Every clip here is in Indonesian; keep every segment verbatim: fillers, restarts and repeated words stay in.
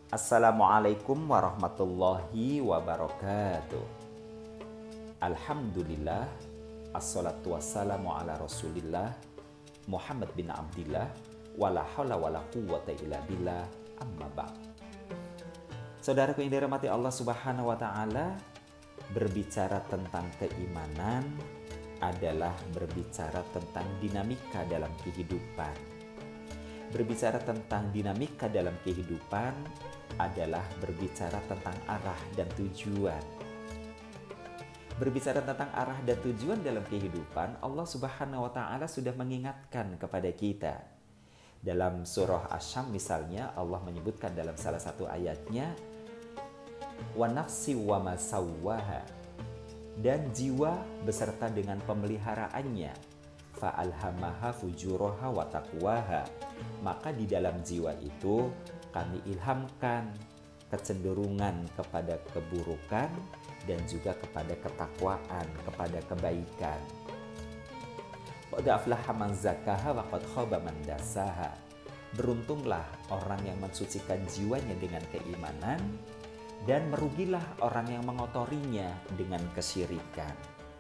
Assalamualaikum warahmatullahi wabarakatuh. Alhamdulillah, assalatu wassalamu ala rasulillah Muhammad bin Abdillah, wala hawla wala quwwata illa billah, amma ba'd. Saudaraku yang dirahmati Allah subhanahu wa ta'ala, berbicara tentang keimanan adalah berbicara tentang dinamika dalam kehidupan. Berbicara tentang dinamika dalam kehidupan adalah berbicara tentang arah dan tujuan. Berbicara tentang arah dan tujuan dalam kehidupan, Allah Subhanahu wa Ta'ala sudah mengingatkan kepada kita. Dalam surah Asy-Syams misalnya, Allah menyebutkan dalam salah satu ayatnya, wa nafsi wa ma sawwaha, dan jiwa beserta dengan pemeliharaannya, fa alhamaha fujuraha wa taqwaha, maka di dalam jiwa itu kami ilhamkan kecenderungan kepada keburukan dan juga kepada ketakwaan, kepada kebaikan. Qad aflaha man zakkaha wa qad khaba man dassaha. Beruntunglah orang yang mensucikan jiwanya dengan keimanan, dan merugilah orang yang mengotorinya dengan kesyirikan.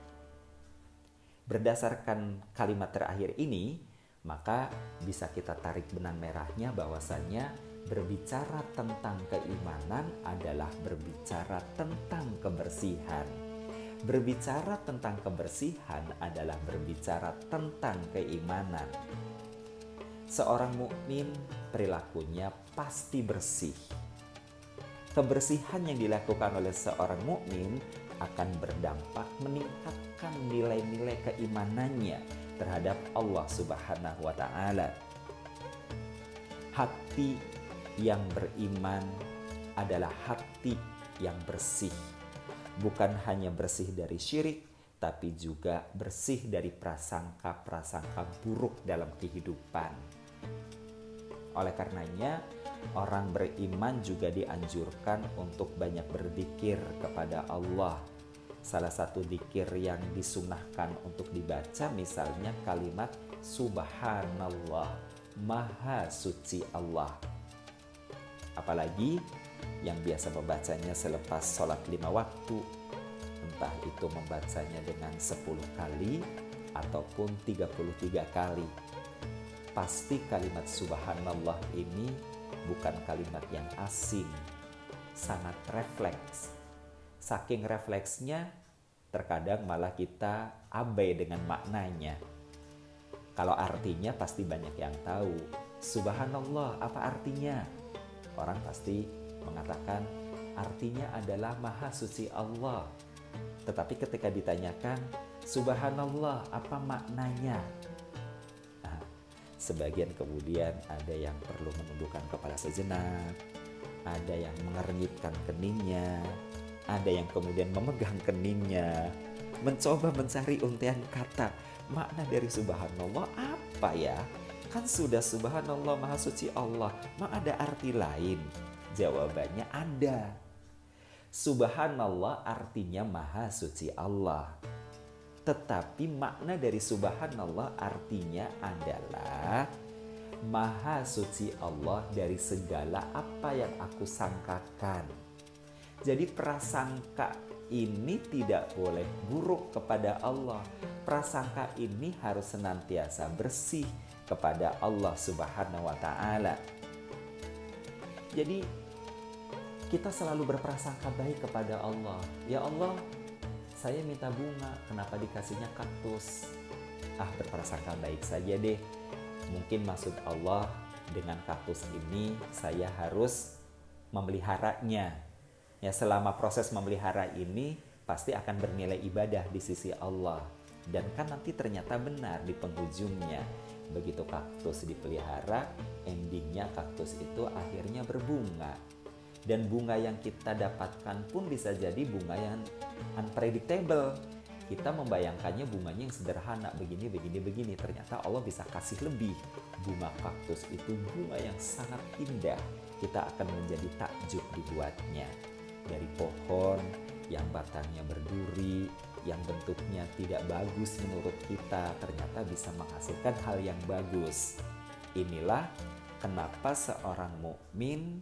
Berdasarkan kalimat terakhir ini, maka bisa kita tarik benang merahnya bahwasannya berbicara tentang keimanan adalah berbicara tentang kebersihan. Berbicara tentang kebersihan adalah berbicara tentang keimanan. Seorang mukmin perilakunya pasti bersih. Kebersihan yang dilakukan oleh seorang mukmin akan berdampak meningkatkan nilai-nilai keimanannya terhadap Allah Subhanahu wa Ta'ala. Hati yang beriman adalah hati yang bersih. Bukan hanya bersih dari syirik, tapi juga bersih dari prasangka-prasangka buruk dalam kehidupan. Oleh karenanya, orang beriman juga dianjurkan untuk banyak berzikir kepada Allah. Salah satu zikir yang disunahkan untuk dibaca misalnya kalimat Subhanallah, Maha Suci Allah. Apalagi yang biasa membacanya selepas sholat lima waktu, entah itu membacanya dengan sepuluh kali ataupun tiga puluh tiga kali. Pasti kalimat Subhanallah ini bukan kalimat yang asing, sangat refleks. Saking refleksnya, terkadang malah kita abai dengan maknanya. Kalau artinya pasti banyak yang tahu. Subhanallah, apa artinya? Orang pasti mengatakan artinya adalah Maha Suci Allah. Tetapi ketika ditanyakan, Subhanallah, apa maknanya? Nah, sebagian kemudian ada yang perlu menundukkan kepala sejenak, ada yang mengernyitkan keningnya, ada yang kemudian memegang keningnya, mencoba mencari untian kata. Makna dari Subhanallah apa ya? Kan sudah Subhanallah Maha Suci Allah, mak ada arti lain? Jawabannya ada. Subhanallah artinya Maha Suci Allah. Tetapi makna dari Subhanallah artinya adalah Maha Suci Allah dari segala apa yang aku sangkakan. Jadi prasangka ini tidak boleh buruk kepada Allah. Prasangka ini harus senantiasa bersih kepada Allah Subhanahu wa Ta'ala. Jadi kita selalu berprasangka baik kepada Allah. Ya Allah, saya minta bunga, kenapa dikasihnya kaktus? Ah, berprasangka baik saja deh. Mungkin maksud Allah dengan kaktus ini saya harus memeliharanya. Ya, selama proses memelihara ini pasti akan bernilai ibadah di sisi Allah. Dan kan nanti ternyata benar di penghujungnya. Begitu kaktus dipelihara, endingnya kaktus itu akhirnya berbunga. Dan bunga yang kita dapatkan pun bisa jadi bunga yang unpredictable. Kita membayangkannya bunganya yang sederhana, begini, begini, begini. Ternyata Allah bisa kasih lebih. Bunga kaktus itu bunga yang sangat indah. Kita akan menjadi takjub dibuatnya. Dari pohon yang batangnya berduri, yang bentuknya tidak bagus menurut kita, ternyata bisa menghasilkan hal yang bagus. Inilah kenapa seorang mukmin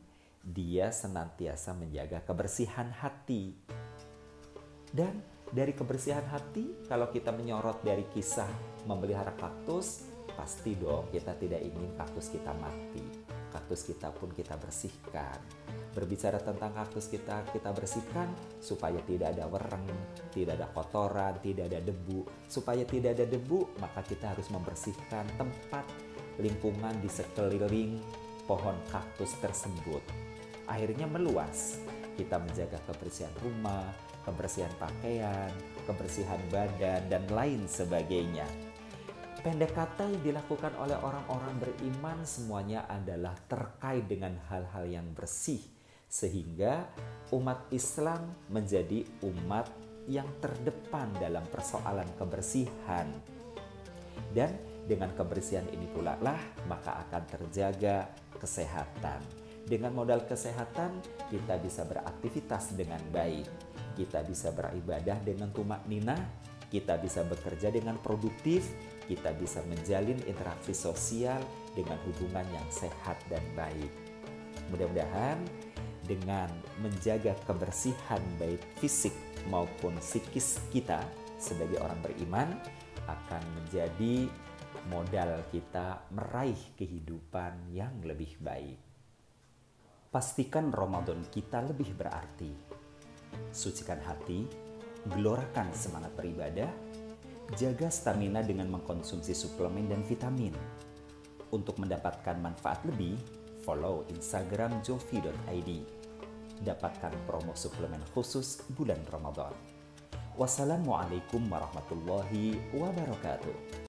dia senantiasa menjaga kebersihan hati. Dan dari kebersihan hati, kalau kita menyorot dari kisah memelihara kaktus, pasti dong kita tidak ingin kaktus kita mati. Kaktus kita pun kita bersihkan. Berbicara tentang kaktus kita, kita bersihkan supaya tidak ada wereng, tidak ada kotoran, tidak ada debu. Supaya tidak ada debu, maka kita harus membersihkan tempat lingkungan di sekeliling pohon kaktus tersebut. Akhirnya meluas. Kita menjaga kebersihan rumah, kebersihan pakaian, kebersihan badan, dan lain sebagainya. Pendek kata yang dilakukan oleh orang-orang beriman semuanya adalah terkait dengan hal-hal yang bersih. Sehingga umat Islam menjadi umat yang terdepan dalam persoalan kebersihan. Dan dengan kebersihan ini pula lah maka akan terjaga kesehatan. Dengan modal kesehatan kita bisa beraktivitas dengan baik. Kita bisa beribadah dengan tumak ninah. Kita bisa bekerja dengan produktif. Kita bisa menjalin interaksi sosial dengan hubungan yang sehat dan baik. Mudah-mudahan dengan menjaga kebersihan baik fisik maupun psikis kita sebagai orang beriman akan menjadi modal kita meraih kehidupan yang lebih baik. Pastikan Ramadan kita lebih berarti. Sucikan hati, gelorakan semangat beribadah, jaga stamina dengan mengkonsumsi suplemen dan vitamin. Untuk mendapatkan manfaat lebih, follow Instagram jovi dot i d. Dapatkan promo suplemen khusus bulan Ramadan. Wassalamualaikum warahmatullahi wabarakatuh.